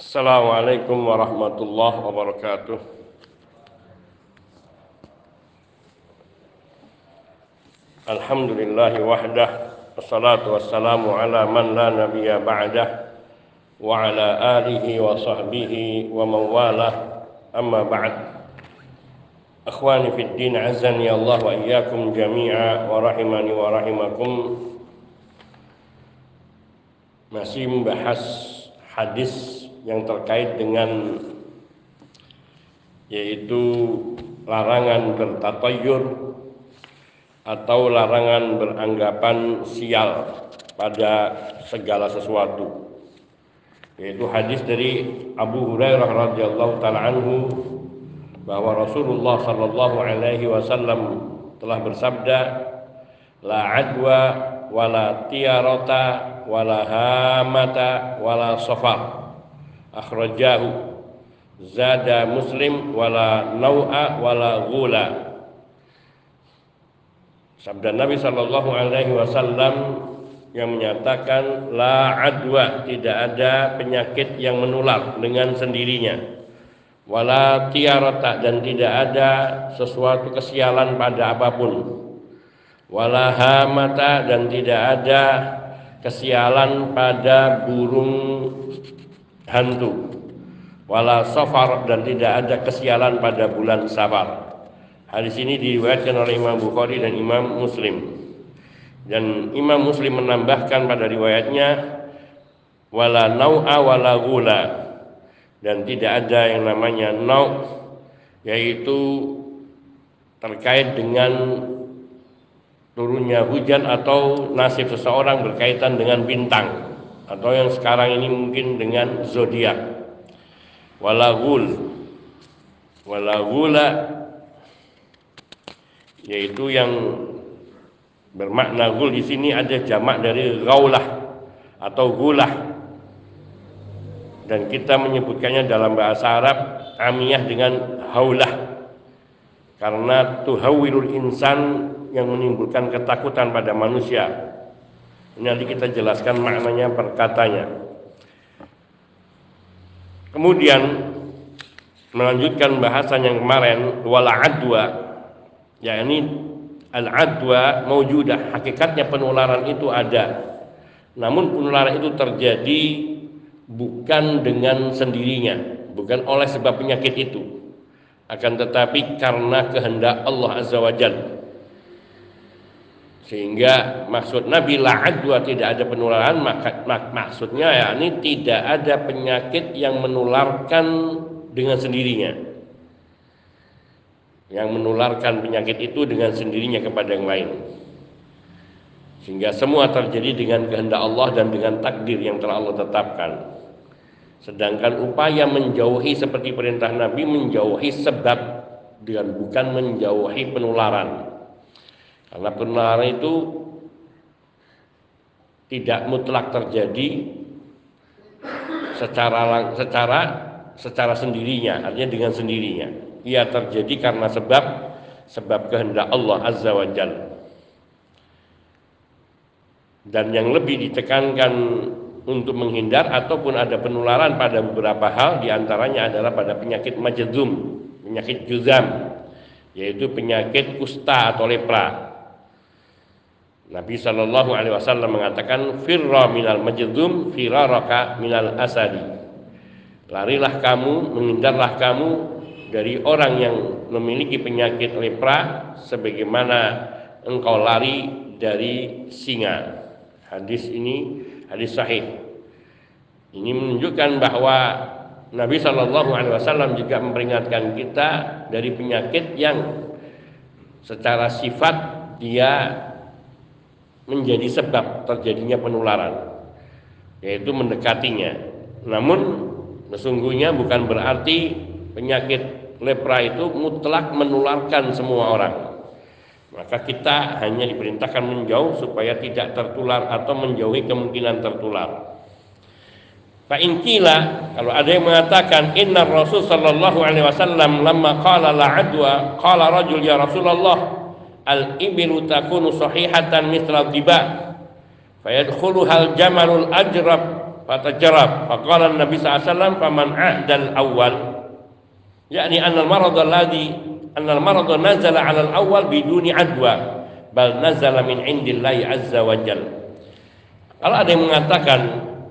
Assalamualaikum warahmatullahi wabarakatuh. Alhamdulillahi wahdah, wassalatu wassalamu ala man la nabiyya ba'dah, wa ala alihi wa sahbihi wa mawalah, amma ba'd. Akhwani fid din, azani Allah wa iyyakum jami'a wa rahimani wa rahimakum. Masih membahas hadis yang terkait dengan yaitu larangan bertatayyur atau larangan beranggapan sial pada segala sesuatu, yaitu hadis dari Abu Hurairah radhiyallahu taala anhu bahwa Rasulullah sallallahu alaihi wasallam telah bersabda, la adwa wala tiyarata wala hamata wala safar, akhrajahu, zada Muslim, wala nau'a wala ghula. Sabda Nabi sallallahu alaihi wasallam yang menyatakan la adwa, tidak ada penyakit yang menular dengan sendirinya, wala tiarata, dan tidak ada sesuatu kesialan pada apapun, wala hamata, dan tidak ada kesialan pada burung hantu, wala safar, dan tidak ada kesialan pada bulan Safar. Hadis ini diriwayatkan oleh Imam Bukhari dan Imam Muslim. Dan Imam Muslim menambahkan pada riwayatnya wala nau'a wala ghula, dan tidak ada yang namanya nau', yaitu terkait dengan turunnya hujan atau nasib seseorang berkaitan dengan bintang, atau yang sekarang ini mungkin dengan zodiak. Wala ghula, yaitu yang bermakna ghul di sini ada jamak dari ghaulah atau gulah, dan kita menyebutkannya dalam bahasa Arab amiyah dengan haulah, karena tuhawwilul insan, yang menimbulkan ketakutan pada manusia. Ini nanti kita jelaskan maknanya per katanya. Kemudian melanjutkan bahasan yang kemarin, wala adwa, yakni al-adwa maujudah, hakikatnya penularan itu ada, namun penularan itu terjadi bukan dengan sendirinya, bukan oleh sebab penyakit itu, akan tetapi karena kehendak Allah Azza wa Jalla. Sehingga maksud Nabi la adwa, tidak ada penularan, maksudnya yakni tidak ada penyakit yang menularkan dengan sendirinya, yang menularkan penyakit itu dengan sendirinya kepada yang lain, sehingga semua terjadi dengan kehendak Allah dan dengan takdir yang telah Allah tetapkan. Sedangkan upaya menjauhi seperti perintah Nabi, menjauhi sebab dan bukan menjauhi penularan, karena penularan itu tidak mutlak terjadi secara sendirinya, artinya dengan sendirinya. Ia terjadi karena sebab kehendak Allah Azza wa Jalla. Dan yang lebih ditekankan untuk menghindar ataupun ada penularan pada beberapa hal, diantaranya adalah pada penyakit majdzum, penyakit juzam, yaitu penyakit kusta atau lepra. Nabi sallallahu alaihi wasallam mengatakan, firra minal majdzum firaraka minal asadi, larilah kamu, menghindarlah kamu dari orang yang memiliki penyakit lepra sebagaimana engkau lari dari singa. Hadis ini hadis sahih. Ini menunjukkan bahwa Nabi sallallahu alaihi wasallam juga memperingatkan kita dari penyakit yang secara sifat dia menjadi sebab terjadinya penularan, yaitu mendekatinya. Namun sesungguhnya bukan berarti penyakit lepra itu mutlak menularkan semua orang. Maka kita hanya diperintahkan menjauh supaya tidak tertular atau menjauhi kemungkinan tertular. Fa in qila, kalau ada yang mengatakan inna Rasul sallallahu alaihi wasallam lamma qala la adwa, qala rajul ya Rasulullah, al-ibilu takunu sahihatan mithla diba, fayadkhuluhal jamalul ajrab fatajarab. Faqala Nabi sallallahu alaihi wasallam faman a'dal awal, yakni annal marad nazala 'ala al-awwal biduni adwa bal nazala min indillahi azza wa jalla. Kalau ada yang mengatakan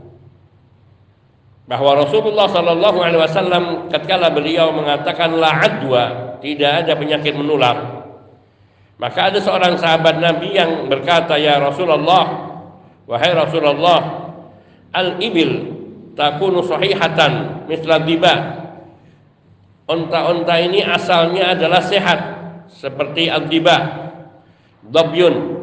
bahwa Rasulullah sallallahu alaihi wasallam ketika beliau mengatakan la adwa, tidak ada penyakit menular, maka ada seorang sahabat Nabi yang berkata, ya Rasulullah, wahai Rasulullah, al-ibil takunu sahihatan misla diba, onta-onta ini asalnya adalah sehat seperti al-diba, dobyun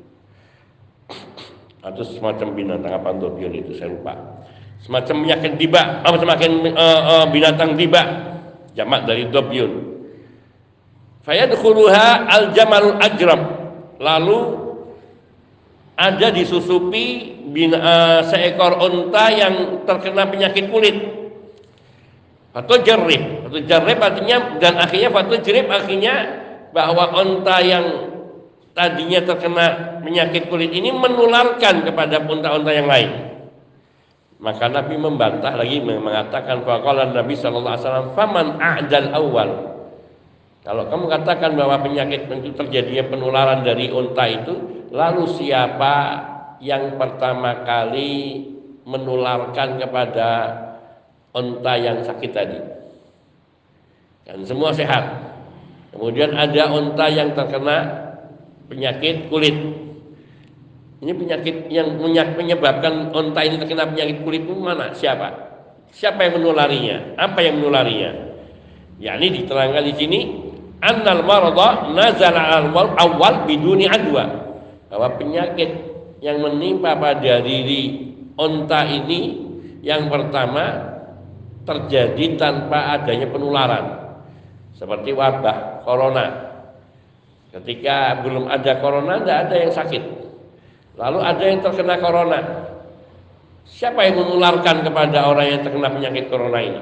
atau semacam binatang apa dobyun itu saya lupa, semacam penyakit diba, binatang diba, jamak dari dobyun. Fayadkhuluha al-jamalul ajram, lalu ada disusupi seekor unta yang terkena penyakit kulit. Fatujarrib artinya, dan akhirnya fatujarrib artinya bahwa unta yang tadinya terkena penyakit kulit ini menularkan kepada unta-unta yang lain. Maka Nabi membantah lagi, mengatakan faqala Nabi sallallahu alaihi wasallam faman a'dal awal. Kalau kamu katakan bahwa penyakit itu terjadinya penularan dari unta itu, lalu siapa yang pertama kali menularkan kepada unta yang sakit tadi? Kan semua sehat. Kemudian ada unta yang terkena penyakit kulit. Ini penyakit yang menyebabkan unta ini terkena penyakit kulit itu mana? Siapa? Siapa yang menularinya? Apa yang menularinya? Ya, ini diterangkan di sini, annal marada nazala awal biduni adwa, bahwa penyakit yang menimpa pada diri unta ini yang pertama terjadi tanpa adanya penularan, seperti wabah corona. Ketika belum ada corona, tidak ada yang sakit. Lalu ada yang terkena corona. Siapa yang menularkan kepada orang yang terkena penyakit corona ini?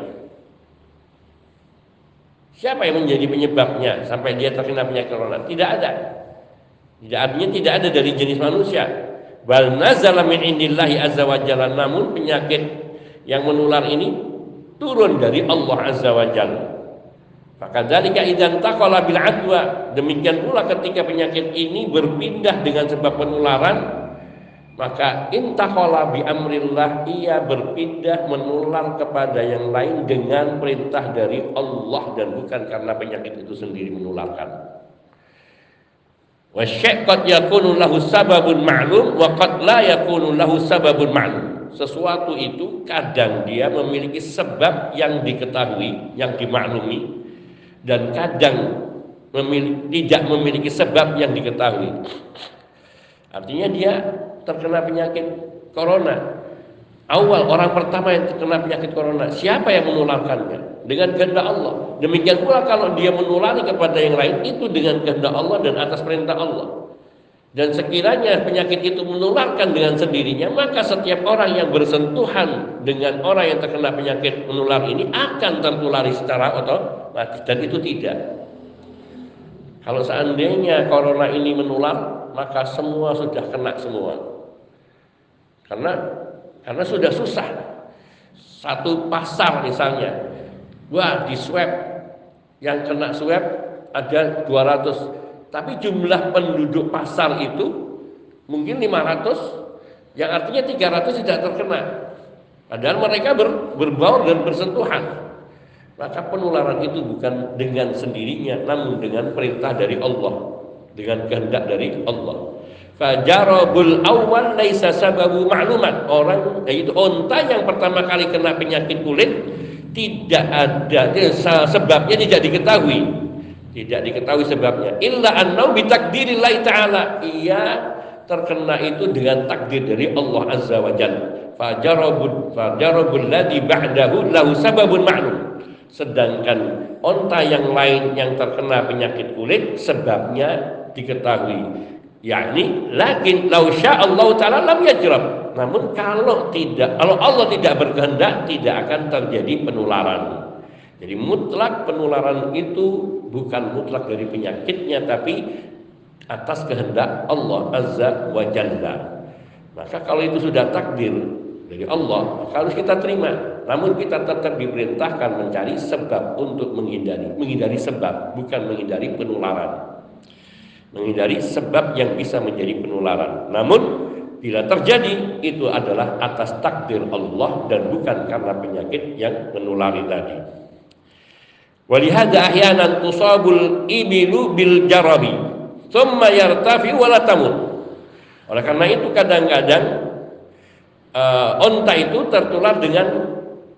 Siapa yang menjadi penyebabnya sampai dia terkena penyakit corona? Tidak ada. Artinya tidak ada dari jenis manusia. Bal nazala min indillahi azza wa jalla, namun penyakit yang menular ini turun dari Allah azza wa jalla. Fakadzalika idzan taqala bil adwa, demikian pula ketika penyakit ini berpindah dengan sebab penularan, maka intaqala bi amrillah, ia berpindah menular kepada yang lain dengan perintah dari Allah dan bukan karena penyakit itu sendiri menularkan. Wa syai' qad yakunu lahu sababun ma'lum wa qad la yakunu lahu sababun ma'lum. Sesuatu itu kadang dia memiliki sebab yang diketahui, yang dimaklumi, dan kadang tidak memiliki sebab yang diketahui. Artinya dia terkena penyakit corona. Awal orang pertama yang terkena penyakit corona, siapa yang menularkannya? Dengan kehendak Allah. Demikian pula kalau dia menulari kepada yang lain, itu dengan kehendak Allah dan atas perintah Allah. Dan sekiranya penyakit itu menularkan dengan sendirinya, maka setiap orang yang bersentuhan dengan orang yang terkena penyakit menular ini akan tertulari secara otomatis, dan itu tidak. Kalau seandainya corona ini menular, maka semua sudah kena semua. Karena sudah susah. Satu pasar misalnya, wah di swab, yang kena swab ada 200, tapi jumlah penduduk pasar itu mungkin 500, yang artinya 300 tidak terkena. Padahal mereka berbaur dan bersentuhan. Maka penularan itu bukan dengan sendirinya, namun dengan perintah dari Allah, dengan kehendak dari Allah. Fajarabul awal laisa sababu ma'lumat. Orang yaitu unta yang pertama kali kena penyakit kulit, tidak ada sebabnya, tidak diketahui. Tidak diketahui sebabnya. Illa annau bi takdirillahi ta'ala. Ia terkena itu dengan takdir dari Allah azza wa jalla. Fajarabul ladzi ba'dahu lahu sababun ma'lum. Sedangkan unta yang lain yang terkena penyakit kulit sebabnya diketahui. Yakni lakin law sya'allah ta'ala lam yajrab. Namun kalau Allah tidak berkehendak, tidak akan terjadi penularan. Jadi mutlak penularan itu bukan mutlak dari penyakitnya, tapi atas kehendak Allah azza wa jalla. Maka kalau itu sudah takdir, dari Allah, harus kita terima. Namun kita tetap diperintahkan mencari sebab untuk menghindari sebab, bukan menghindari penularan. Menghindari sebab yang bisa menjadi penularan. Namun bila terjadi, itu adalah atas takdir Allah dan bukan karena penyakit yang menulari tadi. Walihada ahyanan tusabul ibilu bil jarabi thumma yartafi wa la tamut. Oleh karena itu kadang-kadang onta itu tertular dengan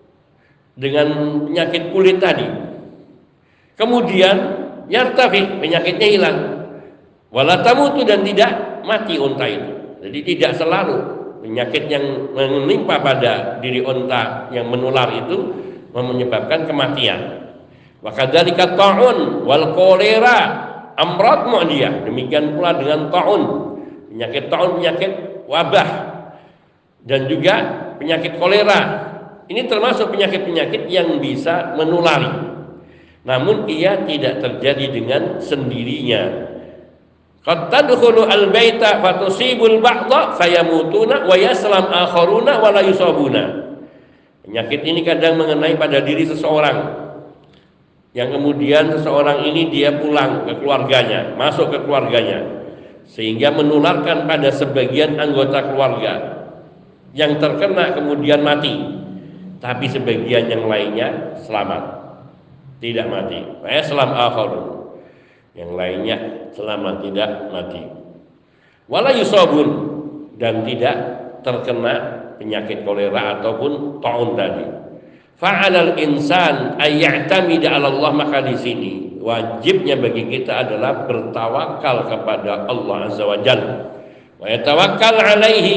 penyakit kulit tadi. Kemudian yartafi, penyakitnya hilang. Wala tamutu, dan tidak mati onta itu. Jadi tidak selalu penyakit yang menimpa pada diri onta yang menular itu menyebabkan kematian. Wa kadzalika ta'un wal kolera amrad mu'diyah. Demikian pula dengan ta'un. Penyakit ta'un, penyakit wabah, dan juga penyakit kolera. Ini termasuk penyakit-penyakit yang bisa menulari. Namun ia tidak terjadi dengan sendirinya. Qad tadkhulu al-baita fatusibul ba'dha fayamutuna wa yaslam akharuna wa la yusabuna. Penyakit ini kadang mengenai pada diri seseorang, yang kemudian seseorang ini dia pulang ke keluarganya, masuk ke keluarganya, sehingga menularkan pada sebagian anggota keluarga yang terkena kemudian mati, tapi sebagian yang lainnya selamat, tidak mati. Islam akharun, yang lainnya selamat, tidak mati. Wala yusabun, dan tidak terkena penyakit kolera ataupun taun tadi. Fa'alal insan ayya'tamida 'ala Allah, maka di sini wajibnya bagi kita adalah bertawakal kepada Allah Azza wa Jalla. Wa yatawakkal 'alaihi,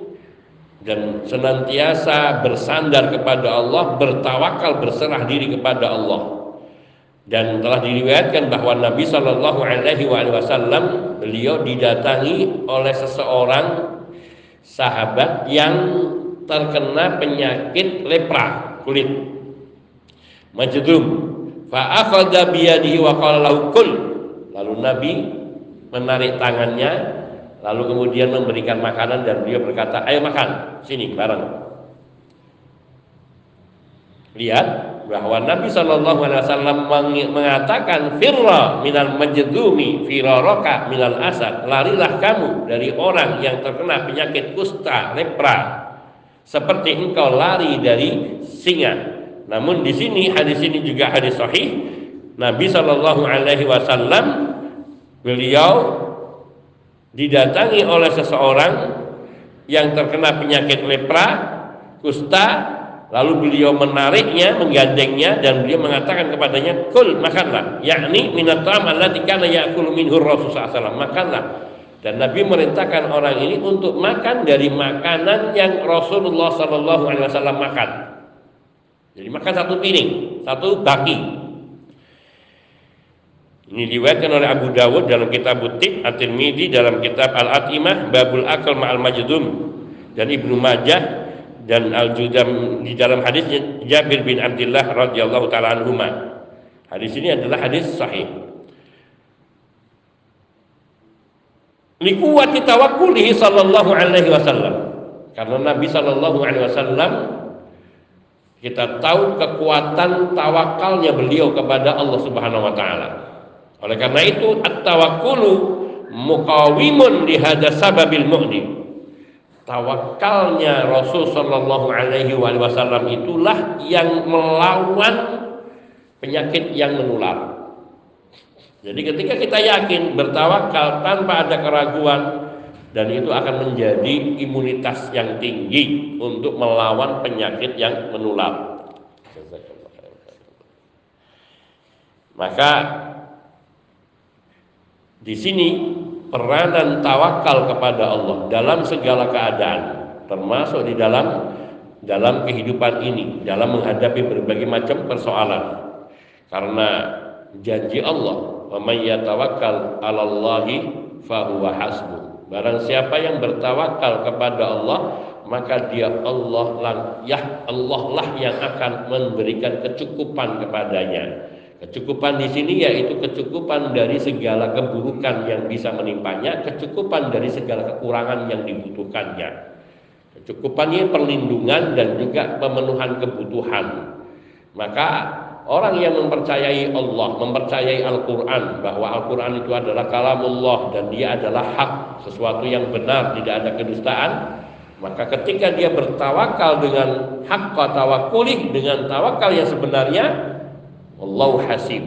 dan senantiasa bersandar kepada Allah, bertawakal, berserah diri kepada Allah. Dan telah diriwayatkan bahwa Nabi Shallallahu Alaihi Wasallam beliau didatangi oleh seseorang sahabat yang terkena penyakit lepra kulit, majdum. Fa akhadha bi yadihi wa qala lahu kul. Lalu Nabi menarik tangannya, lalu kemudian memberikan makanan, dan beliau berkata, ayo makan, sini bareng. Lihat bahwa Nabi Shallallahu Alaihi Wasallam mengatakan, firra minal majdumi firaraka minal asad, larilah kamu dari orang yang terkena penyakit kusta, lepra, seperti engkau lari dari singa. Namun di sini hadis ini juga hadis sahih. Nabi Shallallahu Alaihi Wasallam beliau didatangi oleh seseorang yang terkena penyakit lepra, kusta, lalu beliau menariknya, menggandengnya, dan beliau mengatakan kepadanya, kul, makanlah, yakni minat ta'am allati kana ya'kulu minhu Rasul sallallahu alaihi wasallam, makanlah. Dan Nabi merintahkan orang ini untuk makan dari makanan yang Rasulullah sallallahu alaihi wasallam makan. Jadi makan satu piring, satu baki. Ini diriwayatkan oleh Abu Dawud dalam kitab Tib, At-Tirmidzi dalam kitab Al-Atimah Babul Akal Ma'al Majdum, dan Ibnu Majah dan Al-Judam di dalam hadisnya Jabir bin Abdullah radhiyallahu taala anhuma. Hadis ini adalah hadis sahih. Liquwati tawakkulihi sallallahu alaihi wasallam. Karena Nabi sallallahu alaihi wasallam, kita tahu kekuatan tawakalnya beliau kepada Allah Subhanahu wa taala. Oleh karena itu at-tawakkulu muqawimun li hadza sababil mu'di. Tawakalnya Rasul Shallallahu Alaihi Wasallam itulah yang melawan penyakit yang menular. Jadi ketika kita yakin bertawakal tanpa ada keraguan, dan itu akan menjadi imunitas yang tinggi untuk melawan penyakit yang menular. Maka di sini peranan tawakal kepada Allah dalam segala keadaan, termasuk di dalam kehidupan ini, dalam menghadapi berbagai macam persoalan. Karena janji Allah, "Wa may yatawakkal 'alallahi fa huwa hasbuh." Barang siapa yang bertawakal kepada Allah, maka dia Allah lah yang akan memberikan kecukupan kepadanya. Kecukupan di sini yaitu kecukupan dari segala keburukan yang bisa menimpanya, kecukupan dari segala kekurangan yang dibutuhkannya. Kecukupannya perlindungan dan juga pemenuhan kebutuhan. Maka orang yang mempercayai Allah, mempercayai Al-Quran, bahwa Al-Quran itu adalah kalamullah dan dia adalah hak, sesuatu yang benar, tidak ada kedustaan, maka ketika dia bertawakal dengan haqqa tawakulih, dengan tawakal yang sebenarnya, Allahu hasib,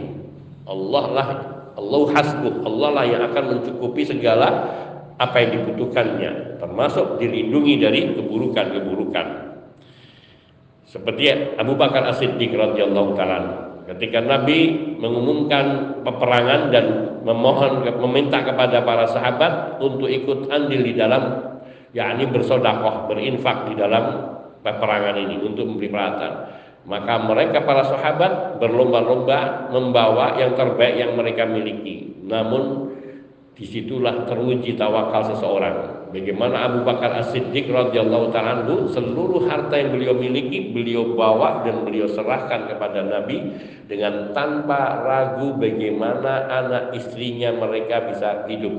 Allah hasbuh, Allah lah yang akan mencukupi segala apa yang dibutuhkannya, termasuk dilindungi dari keburukan-keburukan. Seperti Abu Bakar As-Siddiq radhiyallahu taala, ketika Nabi mengumumkan peperangan dan meminta kepada para sahabat untuk ikut andil di dalam, yakni bersedekah, berinfak di dalam peperangan ini untuk memberi peralatan, maka mereka para sahabat berlomba-lomba membawa yang terbaik yang mereka miliki. Namun disitulah teruji tawakal seseorang. Bagaimana Abu Bakar As-Siddiq radhiyallahu ta'ala seluruh harta yang beliau miliki beliau bawa dan beliau serahkan kepada Nabi dengan tanpa ragu bagaimana anak istrinya mereka bisa hidup.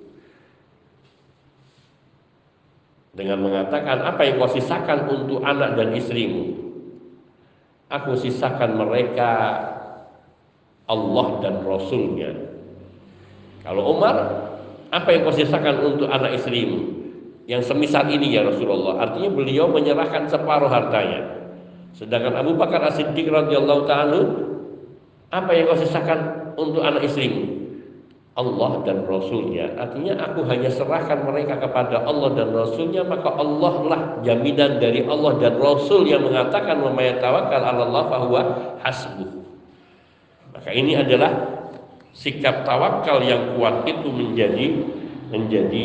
Dengan mengatakan, apa yang kau sisakan untuk anak dan istrimu? Aku sisakan mereka Allah dan Rasulnya. Kalau Umar, apa yang kau sisakan untuk anak istrimu? Yang semisal ini ya Rasulullah. Artinya beliau menyerahkan separuh hartanya. Sedangkan Abu Bakar As-Siddiq radhiyallahu ta'ala, apa yang kau sisakan untuk anak istrimu? Allah dan Rasulnya. Artinya aku hanya serahkan mereka kepada Allah dan Rasulnya, maka Allah lah jaminan dari Allah dan Rasul yang mengatakan wa may tawakkal 'ala Allah fahuwa hasbuh. Maka ini adalah sikap tawakal yang kuat itu menjadi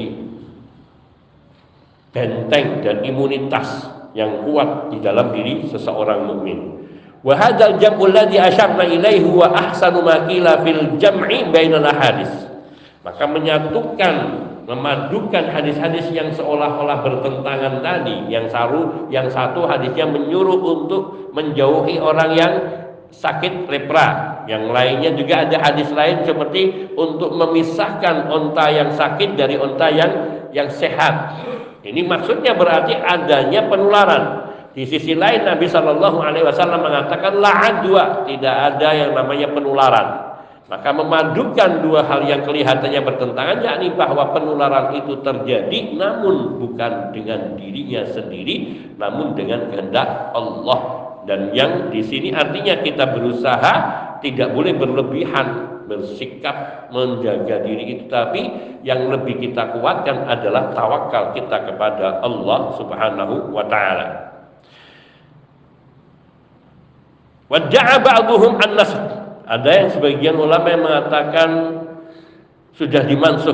benteng dan imunitas yang kuat di dalam diri seseorang mukmin. Wa hadzal jam'u alladhi asyarna ilaihi wa ahsanu ma qila fil jam'i bainal ahadits. Maka memadukan hadis-hadis yang seolah-olah bertentangan tadi. Yang satu hadisnya menyuruh untuk menjauhi orang yang sakit lepra. Yang lainnya juga ada hadis lain seperti untuk memisahkan onta yang sakit dari onta yang sehat. Ini maksudnya berarti adanya penularan. Di sisi lain Nabi Shallallahu Alaihi Wasallam mengatakan la adwa, tidak ada yang namanya penularan. Maka memadukan dua hal yang kelihatannya bertentangan, yakni bahwa penularan itu terjadi, namun bukan dengan dirinya sendiri, namun dengan kehendak Allah. Dan yang di sini artinya kita berusaha tidak boleh berlebihan bersikap menjaga diri itu, tapi yang lebih kita kuatkan adalah tawakal kita kepada Allah Subhanahu wa taala. Wadda'a ba'duhum an-nasakh. Ada yang sebagian ulama yang mengatakan sudah dimansuh,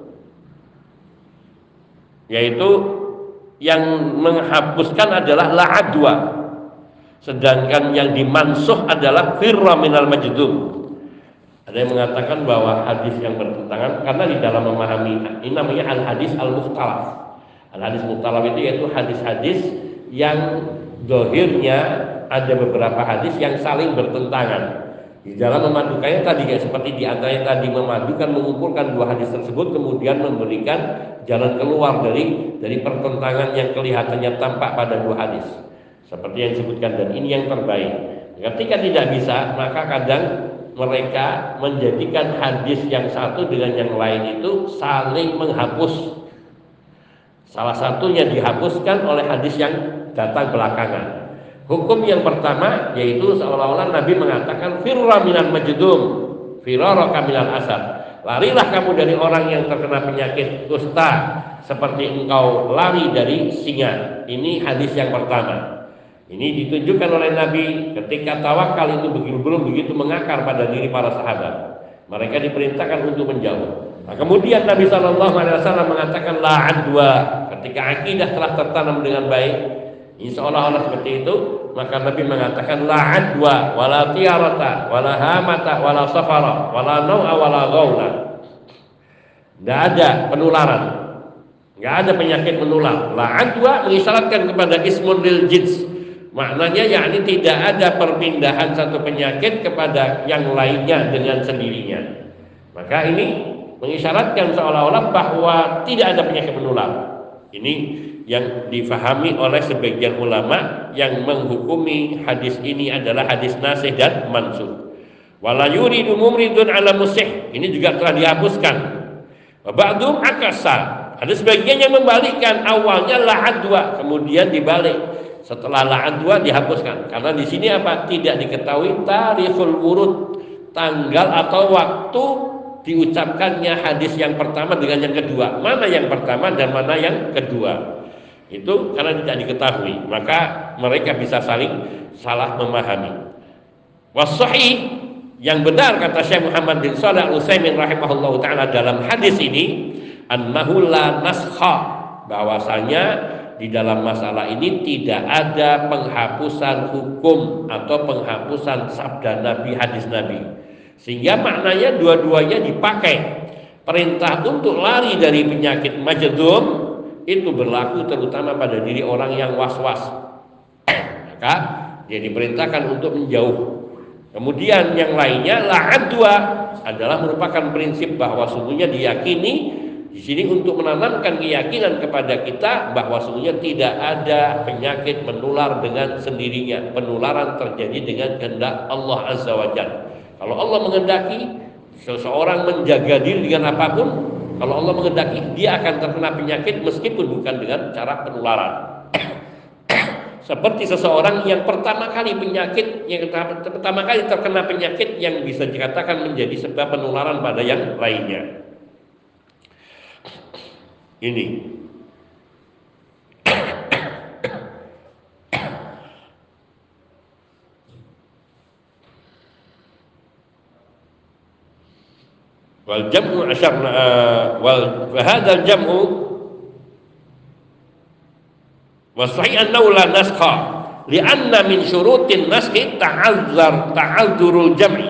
yaitu yang menghapuskan adalah la'adwa, sedangkan yang dimansuh adalah firra minal majdum. Ada yang mengatakan bahwa hadis yang bertentangan, karena di dalam memahami ini namanya al-hadis al-mukhtalaf. Al-hadis mukhtalaf itu yaitu hadis-hadis yang zahirnya ada beberapa hadis yang saling bertentangan. Di dalam memadukannya tadi ya seperti di antaranya tadi memadukan, mengumpulkan dua hadis tersebut, kemudian memberikan jalan keluar dari pertentangan yang kelihatannya tampak pada dua hadis. Seperti yang disebutkan, dan ini yang terbaik. Ketika tidak bisa, maka kadang mereka menjadikan hadis yang satu dengan yang lain itu saling menghapus. Salah satunya dihapuskan oleh hadis yang datang belakangan. Hukum yang pertama yaitu seolah-olah Nabi mengatakan firra minal majdum, firaraka minal asad. Larilah kamu dari orang yang terkena penyakit kusta seperti engkau lari dari singa. Ini hadis yang pertama. Ini ditunjukkan oleh Nabi ketika tawakal itu belum begitu mengakar pada diri para sahabat. Mereka diperintahkan untuk menjauh. Nah, kemudian Nabi SAW mengatakan la adwa, ketika akidah telah tertanam dengan baik. Ini seolah-olah seperti itu, maka Nabi mengatakan la adwa wala tiarata wala hamata wala safara wala nau'a wala ghaula. Tidak ada penularan, tidak ada penyakit menular. La adwa mengisyaratkan kepada ismun lil jins, maknanya yakni tidak ada perpindahan satu penyakit kepada yang lainnya dengan sendirinya. Maka ini mengisyaratkan seolah-olah bahwa tidak ada penyakit menular. Ini yang difahami oleh sebagian ulama yang menghukumi hadis ini adalah hadis nasih dan mansukh. Wala yuridu mumridun ala musih, ini juga telah dihapuskan. Wa ba'dhum akasa, ada sebagian yang membalikkan, awalnya la'adwa kemudian dibalik, setelah la'adwa dihapuskan. Karena di sini apa? Tidak diketahui tarikhul wurud, tanggal atau waktu diucapkannya hadis yang pertama dengan yang kedua. Mana yang pertama dan mana yang kedua? Itu karena tidak diketahui, maka mereka bisa saling salah memahami. Wasahih, yang benar kata Syekh Muhammad bin Shalih Al-Utsaimin rahimahullahu taala dalam hadis ini, annahu la naskha, bahwasanya di dalam masalah ini tidak ada penghapusan hukum atau penghapusan sabda Nabi, hadis Nabi. Sehingga maknanya dua-duanya dipakai. Perintah untuk lari dari penyakit majdzum itu berlaku terutama pada diri orang yang was-was, maka dia diperintahkan untuk menjauh. Kemudian yang lainnya la'adwa adalah merupakan prinsip bahwa sungguhnya diyakini di sini untuk menanamkan keyakinan kepada kita bahwa sungguhnya tidak ada penyakit menular dengan sendirinya. Penularan terjadi dengan kehendak Allah Azza wa Jalla. Kalau Allah menghendaki seseorang menjaga diri dengan apapun, kalau Allah menghendaki dia akan terkena penyakit meskipun bukan dengan cara penularan. Seperti seseorang yang pertama kali terkena penyakit yang bisa dikatakan menjadi sebab penularan pada yang lainnya. Ini wal jam'u asyarna wal hadzal jam'u wa sahih annahu la naskha li'anna min syurutin naskhi ta'azzurul jam'i,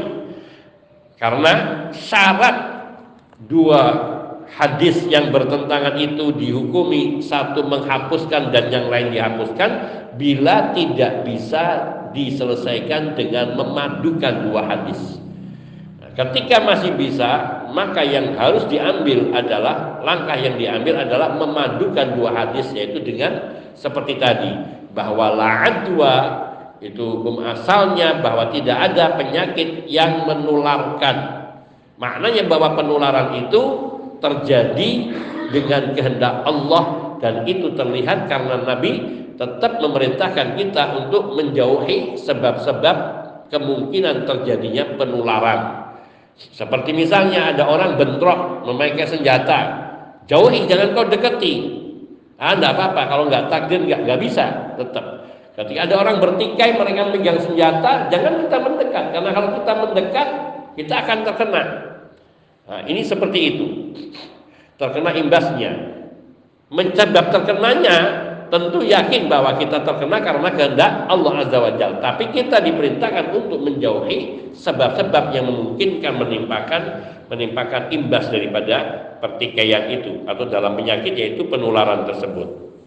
karena syarat dua hadis yang bertentangan itu dihukumi satu menghapuskan dan yang lain dihapuskan bila tidak bisa diselesaikan dengan memadukan dua hadis. Ketika masih bisa, maka yang harus diambil adalah, langkah yang diambil adalah memadukan dua hadis, yaitu dengan seperti tadi, bahwa la'adwa itu hukum asalnya bahwa tidak ada penyakit yang menularkan. Maknanya bahwa penularan itu terjadi dengan kehendak Allah, dan itu terlihat karena Nabi tetap memerintahkan kita untuk menjauhi sebab-sebab kemungkinan terjadinya penularan. Seperti misalnya ada orang bentrok memakai senjata, jauhi, jangan kau deketi. Enggak apa-apa, kalau nggak takdir nggak bisa tetap. Ketika ada orang bertikai mereka memegang senjata, jangan kita mendekat, karena kalau kita mendekat kita akan terkena. Nah, ini seperti itu, terkena imbasnya. Mencabab terkenanya tentu yakin bahwa kita terkena karena kehendak Allah Azza wa Jalla. Tapi kita diperintahkan untuk menjauhi sebab-sebab yang memungkinkan menimpakan imbas daripada pertikaian itu atau dalam penyakit, yaitu penularan tersebut.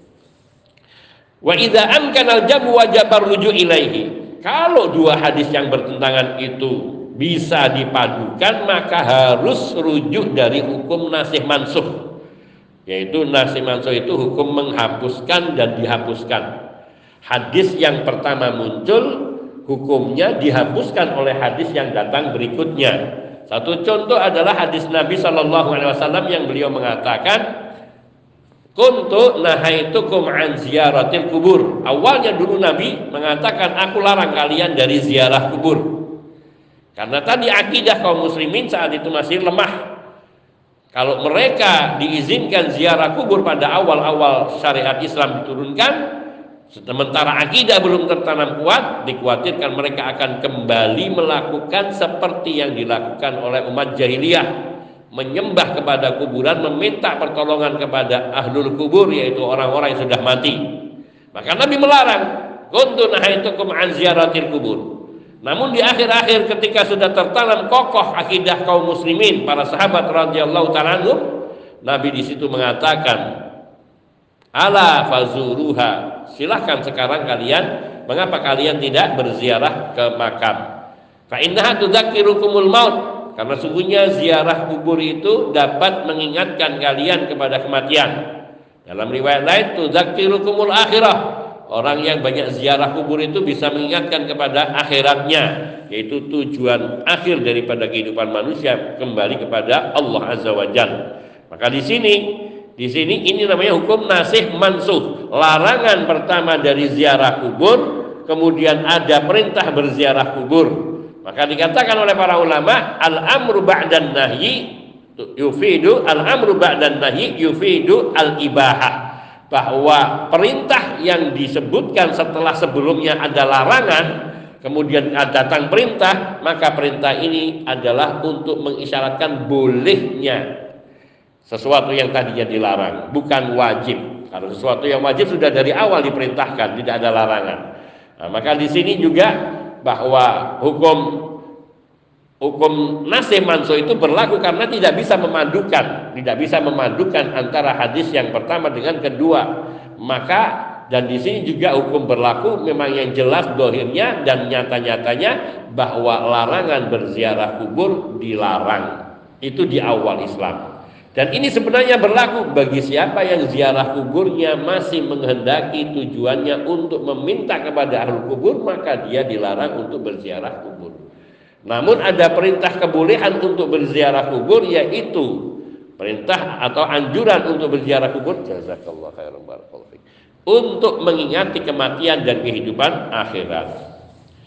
Wa idza amkana al-jam'u wajaba ruju' ilaihi. Kalau dua hadis yang bertentangan itu bisa dipadukan, maka harus rujuk dari hukum nasih mansukh. Yaitu nasih mansukh itu hukum menghapuskan dan dihapuskan. Hadis yang pertama muncul, hukumnya dihapuskan oleh hadis yang datang berikutnya. Satu contoh adalah hadis Nabi SAW yang beliau mengatakan, kuntu nahaitukum an ziyaratil kubur. Awalnya dulu Nabi mengatakan, aku larang kalian dari ziarah kubur. Karena tadi akidah kaum muslimin saat itu masih lemah. Kalau mereka diizinkan ziarah kubur pada awal-awal syariat Islam diturunkan, sementara akidah belum tertanam kuat, dikhawatirkan mereka akan kembali melakukan seperti yang dilakukan oleh umat jahiliyah, menyembah kepada kuburan, meminta pertolongan kepada ahlul kubur, yaitu orang-orang yang sudah mati. Maka Nabi melarang, kuntu nahaitukum an ziyaratil kubur. Namun di akhir-akhir ketika sudah tertanam kokoh akidah kaum muslimin, para sahabat radhiyallahu ta'ala anhum, Nabi di situ mengatakan, ala fazuruha, silahkan sekarang kalian, mengapa kalian tidak berziarah ke makam? Fa innaha tudzakirukumul maut, karena sungguhnya ziarah kubur itu dapat mengingatkan kalian kepada kematian. Dalam riwayat lain, tudzakirukumul akhirah. Orang yang banyak ziarah kubur itu bisa mengingatkan kepada akhiratnya, yaitu tujuan akhir daripada kehidupan manusia kembali kepada Allah Azza wa Jalla. Maka di sini ini namanya hukum nasih mansuh. Larangan pertama dari ziarah kubur, kemudian ada perintah berziarah kubur. Maka dikatakan oleh para ulama, al-amru ba'dan nahyi yufidu al-ibahah, bahwa perintah yang disebutkan setelah sebelumnya ada larangan, kemudian datang perintah, maka perintah ini adalah untuk mengisyaratkan bolehnya sesuatu yang tadinya dilarang, bukan wajib. Kalau sesuatu yang wajib sudah dari awal diperintahkan, tidak ada larangan. Nah, maka di sini juga bahwa hukum nasih mansuh itu berlaku karena tidak bisa memadukan antara hadis yang pertama dengan kedua. Maka dan di sini juga hukum berlaku memang yang jelas dohirnya dan nyata-nyatanya bahwa larangan berziarah kubur dilarang. Itu di awal Islam. Dan ini sebenarnya berlaku bagi siapa yang ziarah kuburnya masih menghendaki tujuannya untuk meminta kepada ahli kubur, maka dia dilarang untuk berziarah kubur. Namun ada perintah kebolehan untuk berziarah kubur, yaitu perintah atau anjuran untuk berziarah kubur, jazakallahu khairan barakallahu fiik, untuk mengingati kematian dan kehidupan akhirat.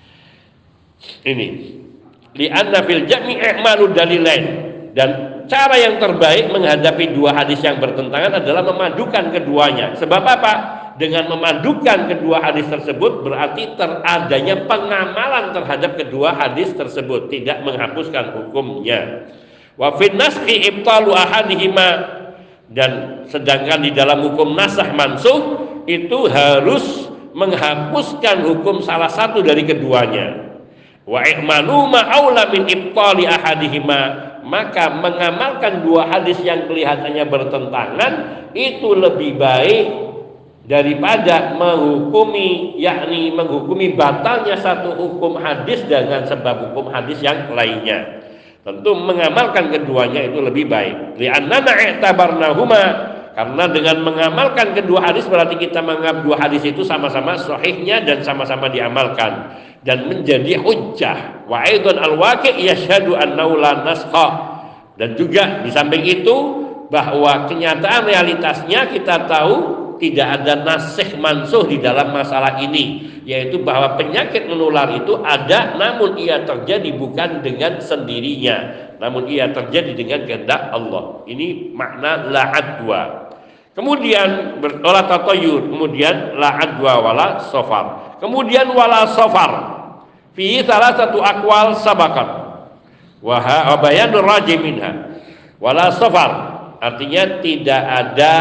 Ini li'anna fil jami' i'malu dalilain, dan cara yang terbaik menghadapi dua hadis yang bertentangan adalah memadukan keduanya. Sebab apa? Dengan memadukan kedua hadis tersebut berarti adanya pengamalan terhadap kedua hadis tersebut, tidak menghapuskan hukumnya. Wa fin naskhi ibtalu ahadihima, dan sedangkan di dalam hukum nasakh mansuh itu harus menghapuskan hukum salah satu dari keduanya. Wa i'malu ma aula min ibtali ahadihima, maka mengamalkan dua hadis yang kelihatannya bertentangan itu lebih baik daripada menghukumi batalnya satu hukum hadis dengan sebab hukum hadis yang lainnya. Tentu mengamalkan keduanya itu lebih baik. Li'annana i'tabarnahuma, karena dengan mengamalkan kedua hadis berarti kita menganggap dua hadis itu sama-sama sahihnya dan sama-sama diamalkan dan menjadi hujjah. Wa aidan al-waqi' yashhadu annahu la naskha, dan juga di samping itu bahwa kenyataan realitasnya kita tahu tidak ada nasih mansuh di dalam masalah ini, yaitu bahwa penyakit menular itu ada, namun ia terjadi bukan dengan sendirinya, namun ia terjadi dengan kehendak Allah. Ini makna la adwa. Kemudian wala tatayur, kemudian la adwa wala safar, kemudian wala safar fi salah satu aqwal sabakat wa bayanur rajih minha. Wala safar artinya tidak ada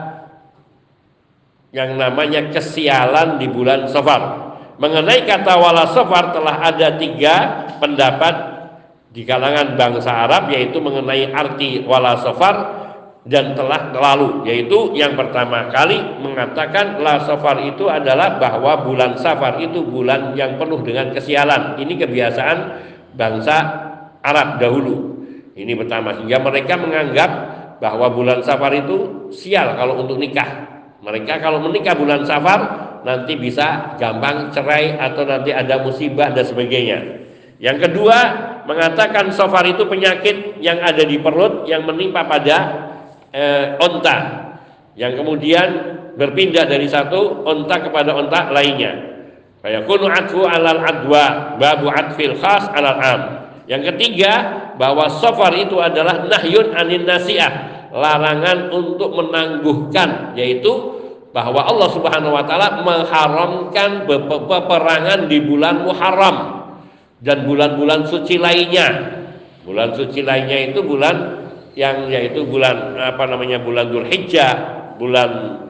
yang namanya kesialan di bulan Safar. Mengenai kata wala safar telah ada 3 pendapat di kalangan bangsa Arab, yaitu mengenai arti wala safar dan telah lalu, yaitu yang pertama kali mengatakan la safar itu adalah bahwa bulan Safar itu bulan yang penuh dengan kesialan. Ini kebiasaan bangsa Arab dahulu. Ini pertama, sehingga mereka menganggap bahwa bulan Safar itu sial kalau untuk nikah. Mereka kalau menikah bulan Safar nanti bisa gampang cerai atau nanti ada musibah dan sebagainya. Yang kedua mengatakan Safar itu penyakit yang ada di perut yang menimpa pada onta, yang kemudian berpindah dari satu onta kepada onta lainnya. Fayakunu atfu alal adwa babu atfil khas alal am. Yang ketiga bahwa Safar itu adalah nahyun anin nasi'ah, larangan untuk menangguhkan, yaitu bahwa Allah Subhanahu wa taala mengharamkan peperangan di bulan Muharram dan bulan-bulan suci lainnya. Bulan suci lainnya itu bulan yang yaitu bulan bulan Dzulhijjah, bulan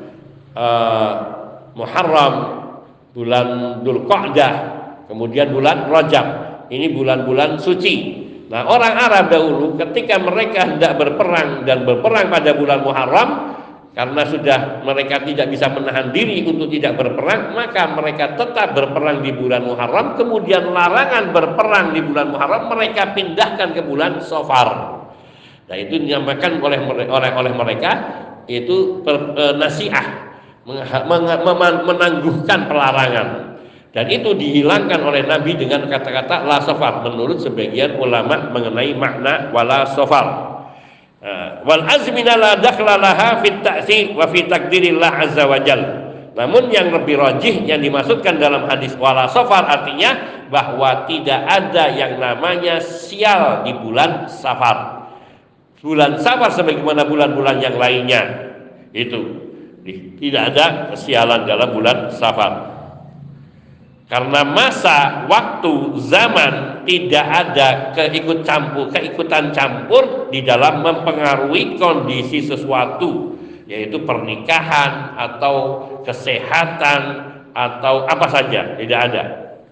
Muharram, bulan Dzulqa'dah, kemudian bulan Rajab. Ini bulan-bulan suci. Nah, orang Arab dahulu ketika mereka hendak berperang dan berperang pada bulan Muharram, karena sudah mereka tidak bisa menahan diri untuk tidak berperang, maka mereka tetap berperang di bulan Muharram. Kemudian larangan berperang di bulan Muharram mereka pindahkan ke bulan Safar. Nah, itu dinamakan oleh mereka itu nasiah, menangguhkan pelarangan, dan itu dihilangkan oleh Nabi dengan kata-kata la safar menurut sebagian ulama mengenai makna wala safar. Wal azmina la dakhla laha fit ta'sir wa fi takdirillah azza wa jalla. Namun yang lebih rajih yang dimaksudkan dalam hadis wala safar artinya bahwa tidak ada yang namanya sial di bulan Safar. Bulan Safar sebagaimana bulan-bulan yang lainnya itu tidak ada kesialan dalam bulan Safar. Karena masa, waktu, zaman tidak ada keikutan campur di dalam mempengaruhi kondisi sesuatu, yaitu pernikahan atau kesehatan atau apa saja, tidak ada.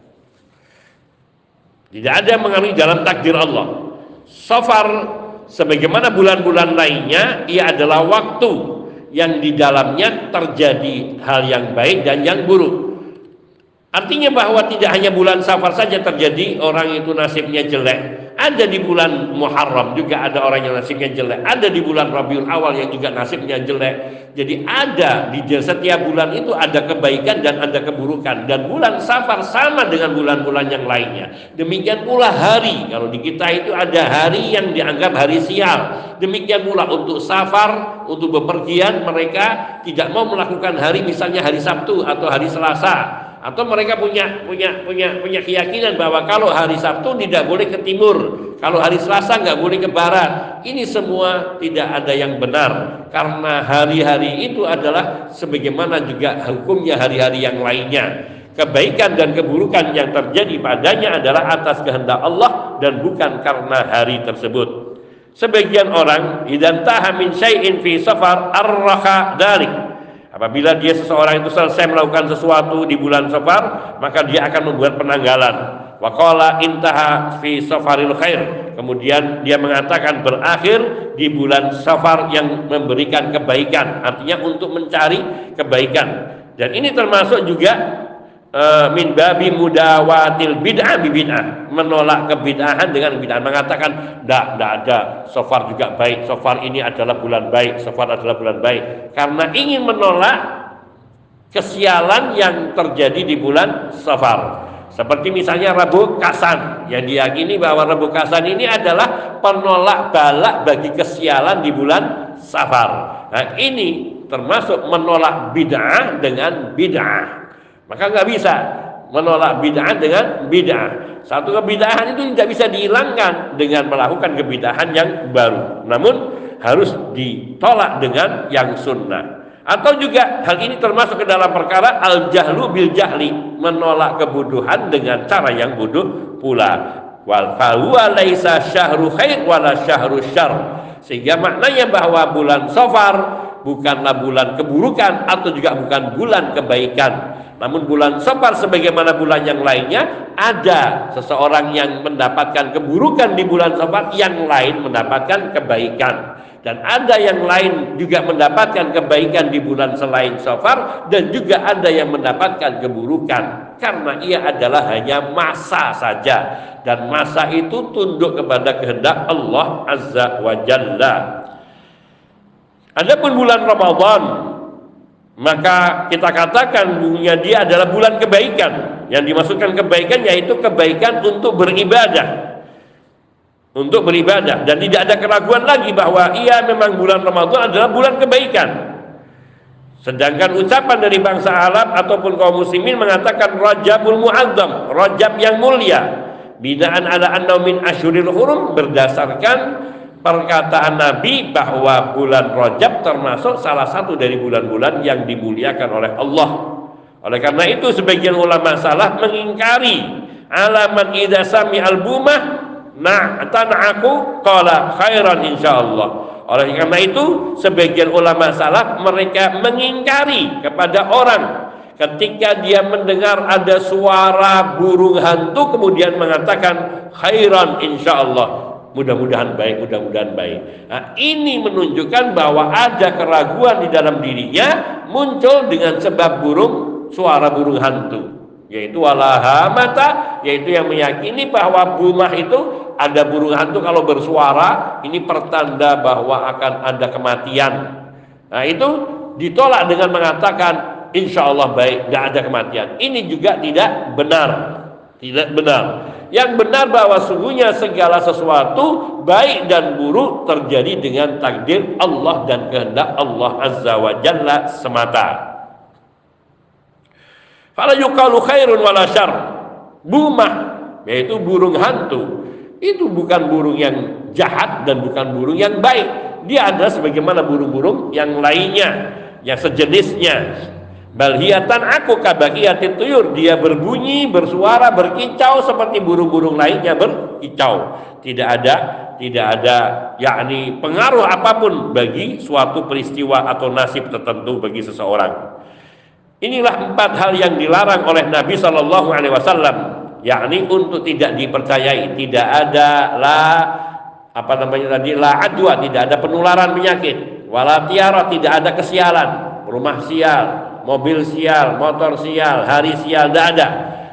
Tidak ada yang mengalami dalam takdir Allah. Safar sebagaimana bulan-bulan lainnya, ia adalah waktu yang di dalamnya terjadi hal yang baik dan yang buruk. Artinya bahwa tidak hanya bulan Safar saja terjadi orang itu nasibnya jelek. Ada di bulan Muharram juga ada orang yang nasibnya jelek. Ada di bulan Rabiul Awal yang juga nasibnya jelek. Jadi ada di setiap bulan itu ada kebaikan dan ada keburukan. Dan bulan Safar sama dengan bulan-bulan yang lainnya. Demikian pula hari. Kalau di kita itu ada hari yang dianggap hari sial. Demikian pula untuk Safar, untuk bepergian mereka tidak mau melakukan hari misalnya hari Sabtu atau hari Selasa. Atau mereka punya keyakinan bahwa kalau hari Sabtu tidak boleh ke timur, kalau hari Selasa nggak boleh ke barat. Ini semua tidak ada yang benar, karena hari-hari itu adalah sebagaimana juga hukumnya hari-hari yang lainnya. Kebaikan dan keburukan yang terjadi padanya adalah atas kehendak Allah dan bukan karena hari tersebut. Sebagian orang idan taha min syai'in fi safar arraha dalik. Apabila dia seseorang itu selesai melakukan sesuatu di bulan Safar, maka dia akan membuat penanggalan. Wa qala intaha fi safaril khair. Kemudian dia mengatakan berakhir di bulan Safar yang memberikan kebaikan, artinya untuk mencari kebaikan. Dan ini termasuk juga min babi mudawatil bid'ah bi bid'ah, menolak kebid'ahan dengan bid'ah, mengatakan tidak ada, Safar juga baik, Safar ini adalah bulan baik, Safar adalah bulan baik, karena ingin menolak kesialan yang terjadi di bulan Safar. Seperti misalnya Rabu Kasan, yang diyakini bahwa Rabu Kasan ini adalah penolak balak bagi kesialan di bulan Safar. Nah, ini termasuk menolak bid'ah dengan bid'ah. Maka nggak bisa menolak bid'ah dengan bid'ah. Satu kebid'ahan itu tidak bisa dihilangkan dengan melakukan kebid'ahan yang baru, namun harus ditolak dengan yang sunnah. Atau juga hal ini termasuk ke dalam perkara al-jahlu bil jahli, menolak kebodohan dengan cara yang bodoh pula. Wal fahuwa laisa syahru khair wala syahru syarr. Sehingga maknanya bahwa bulan Safar bukanlah bulan keburukan atau juga bukan bulan kebaikan. Namun bulan Safar sebagaimana bulan yang lainnya, ada seseorang yang mendapatkan keburukan di bulan Safar, yang lain mendapatkan kebaikan. Dan ada yang lain juga mendapatkan kebaikan di bulan selain Safar, dan juga ada yang mendapatkan keburukan. Karena ia adalah hanya masa saja, dan masa itu tunduk kepada kehendak Allah Azza wa Jalla. Adapun bulan Ramadan, maka kita katakan dunia dia adalah bulan kebaikan. Yang dimaksudkan kebaikan yaitu kebaikan untuk beribadah. Untuk beribadah, dan tidak ada keraguan lagi bahwa ia memang bulan Ramadan adalah bulan kebaikan. Sedangkan ucapan dari bangsa Arab ataupun kaum muslimin mengatakan Rajabul Mu'azzam, Rajab yang mulia, binaan ala annahu min asyhuril hurum, berdasarkan perkataan Nabi bahwa bulan Rajab termasuk salah satu dari bulan-bulan yang dimuliakan oleh Allah. Oleh karena itu sebagian ulama salaf mengingkari alaman idza sami albumah tan'aku qala khairan insyaallah. Oleh karena itu sebagian ulama salaf mereka mengingkari kepada orang ketika dia mendengar ada suara burung hantu kemudian mengatakan khairan insyaallah, mudah-mudahan baik, mudah-mudahan baik. Nah, ini menunjukkan bahwa ada keraguan di dalam dirinya muncul dengan sebab suara burung hantu, yaitu walahamata, yaitu yang meyakini bahwa rumah itu ada burung hantu kalau bersuara, ini pertanda bahwa akan ada kematian. Nah, itu ditolak dengan mengatakan insya Allah baik, nggak ada kematian. Ini juga tidak benar. Tidak benar. Yang benar bahwa sungguhnya segala sesuatu baik dan buruk terjadi dengan takdir Allah dan kehendak Allah Azza wa Jalla semata. Fala yuqalu khairun wala syarr. Bumah, yaitu burung hantu, itu bukan burung yang jahat dan bukan burung yang baik. Dia adalah sebagaimana burung-burung yang lainnya, yang sejenisnya. Balhiatan aku kabaqiyatit tuyur, dia berbunyi, bersuara, berkicau seperti burung-burung lainnya berkicau. Tidak ada yakni pengaruh apapun bagi suatu peristiwa atau nasib tertentu bagi seseorang. Inilah 4 hal yang dilarang oleh Nabi Shallallahu Alaihi Wasallam, yakni untuk tidak dipercayai. Tidak ada la adwa, tidak ada penularan penyakit. Wala tiara, tidak ada kesialan, rumah sial, mobil sial, motor sial, hari sial, tidak ada.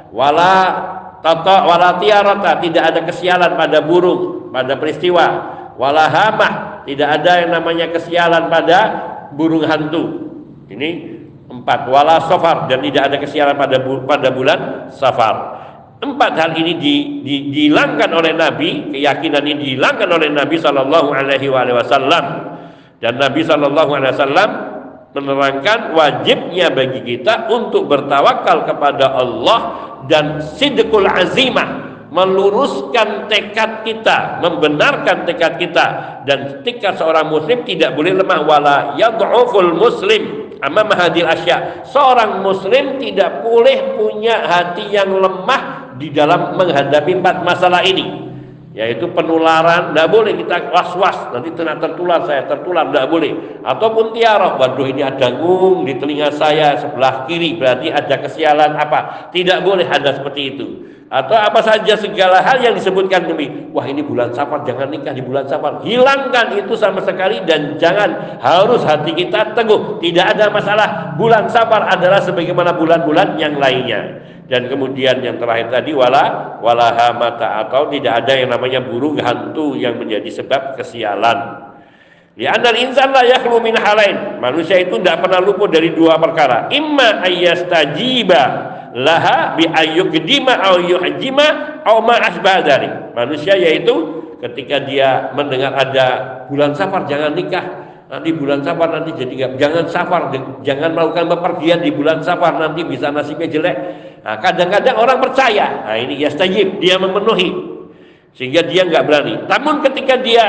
Wala tiarata, tidak ada kesialan pada burung, pada peristiwa. Wala hamah, tidak ada yang namanya kesialan pada burung hantu. Ini 4. Wala safar, dan tidak ada kesialan pada bulan safar. 4 hal ini dihilangkan oleh Nabi, keyakinan ini dihilangkan oleh Nabi Sallallahu Alaihi Wasallam, dan Nabi Sallallahu Alaihi Wasallam menerangkan wajibnya bagi kita untuk bertawakal kepada Allah dan sidqul azimah, meluruskan tekad kita, membenarkan tekad kita, dan tekad seorang muslim tidak boleh lemah. Wala yad'uful muslim amam hadil asya, seorang muslim tidak boleh punya hati yang lemah di dalam menghadapi 4 masalah ini, yaitu penularan. Tidak boleh kita was-was nanti tertular, saya tertular, tidak boleh. Ataupun tiara, waduh ini ada ngung di telinga saya sebelah kiri, berarti ada kesialan apa, tidak boleh ada seperti itu. Atau apa saja segala hal yang disebutkan demi, wah ini bulan Safar, jangan nikah di bulan Safar. Hilangkan itu sama sekali, dan jangan harus hati kita teguh. Tidak ada masalah, bulan Safar adalah sebagaimana bulan-bulan yang lainnya. Dan kemudian yang terakhir tadi wala hamata, atau tidak ada yang namanya burung hantu yang menjadi sebab kesialan. Ya anal insan la yakhlu min halain, manusia itu tidak pernah luput dari 2 perkara. Imma ayyastajiba laha bi ayyukdima aw yuhjima aw ma asbah dari. Manusia yaitu ketika dia mendengar ada bulan Safar jangan nikah, nanti bulan Safar nanti jadi jangan safar, jangan melakukan bepergian di bulan Safar, nanti bisa nasibnya jelek. Nah, kadang-kadang orang percaya, nah ini yastajib, dia memenuhi sehingga dia nggak berani. Namun ketika dia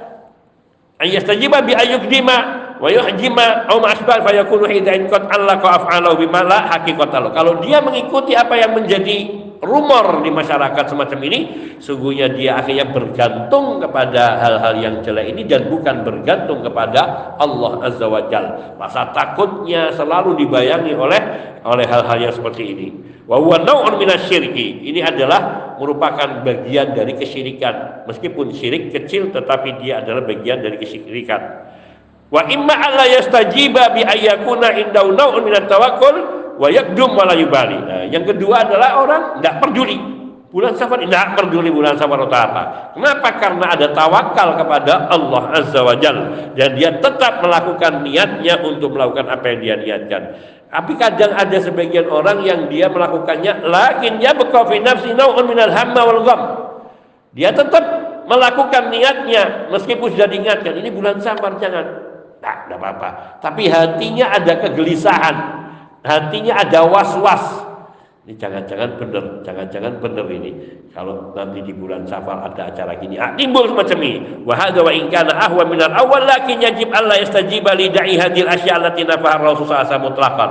yastajiba bi ayyukdima wa yuhjima aw ma'asbal fayakunu hidain qad allaqa af'alahu bima la haqiqatahu. Kalau dia mengikuti apa yang menjadi rumor di masyarakat semacam ini, sungguhnya dia akhirnya bergantung kepada hal-hal yang jelek ini dan bukan bergantung kepada Allah Azza wa Jalla. Rasa takutnya selalu dibayangi oleh hal-hal yang seperti ini. Wa huwa naw'un minasyirki. Ini adalah merupakan bagian dari kesyirikan. Meskipun syirik kecil tetapi dia adalah bagian dari kesyirikan. Wa imma alla yastajiba bi ayyakuna indahu naw'un minat tawakkul wa yakdum wala yubali. Nah, yang kedua adalah orang tidak peduli bulan Safar, tidak peduli bulan Safar atau apa. Kenapa? Karena ada tawakal kepada Allah Azza wa Jalla, dan dia tetap melakukan niatnya untuk melakukan apa yang dia niatkan. Tapi kadang ada sebagian orang yang dia melakukannya lakin yabqa fi nafsi naw'un minal hamma wal gham. Dia tetap melakukan niatnya meskipun sudah diingatkan ini bulan Safar jangan. Nah, tidak apa-apa. Tapi hatinya ada kegelisahan, hatinya ada was-was. Ini jangan-jangan benar ini. Kalau nanti di bulan Safar ada acara gini, timbul semacam ini. Wa hadza wa in kana ahwa min al-awwal lakin yajib alla yastajiba li da'i hadhil asya' allati nafaha Rasulullah sallallahu mutlaqan.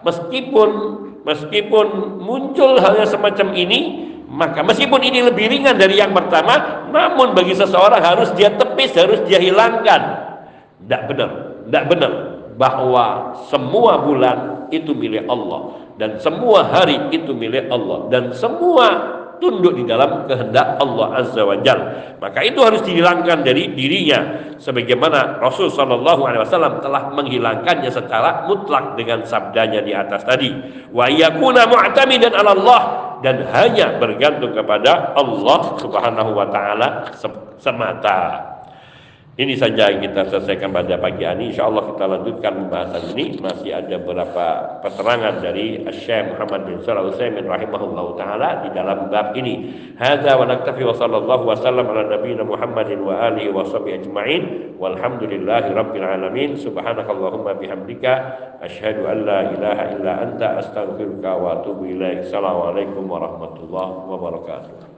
Meskipun muncul hal yang semacam ini, maka meskipun ini lebih ringan dari yang pertama, namun bagi seseorang harus dia tepis, harus dia hilangkan. Tidak benar bahwa semua bulan itu milik Allah dan semua hari itu milik Allah dan semua tunduk di dalam kehendak Allah Azza wa Jalla. Maka itu harus dihilangkan dari dirinya, sebagaimana Rasul sallallahu alaihi wasallam telah menghilangkannya secara mutlak dengan sabdanya di atas tadi, wa yakuna mu'tamidan 'ala Allah, dan hanya bergantung kepada Allah Subhanahu wa taala semata. Ini saja yang kita selesaikan pada pagi ini. InsyaAllah kita lanjutkan pembahasan ini. Masih ada beberapa keterangan dari Syekh Muhammad bin Shalih Al-Utsaimin rahimahullahu taala di dalam bab ini. Hadza wa naktafi wa sallallahu wasallam ala nabiyina Muhammadin wa alihi wa sahbihi ajma'in. Walhamdulillahi rabbil alamin. Subhanakallahumma bihamdika asyhadu an la ilaha illa anta astaghfiruka wa atubu ilaik. Assalamualaikum warahmatullahi wabarakatuh.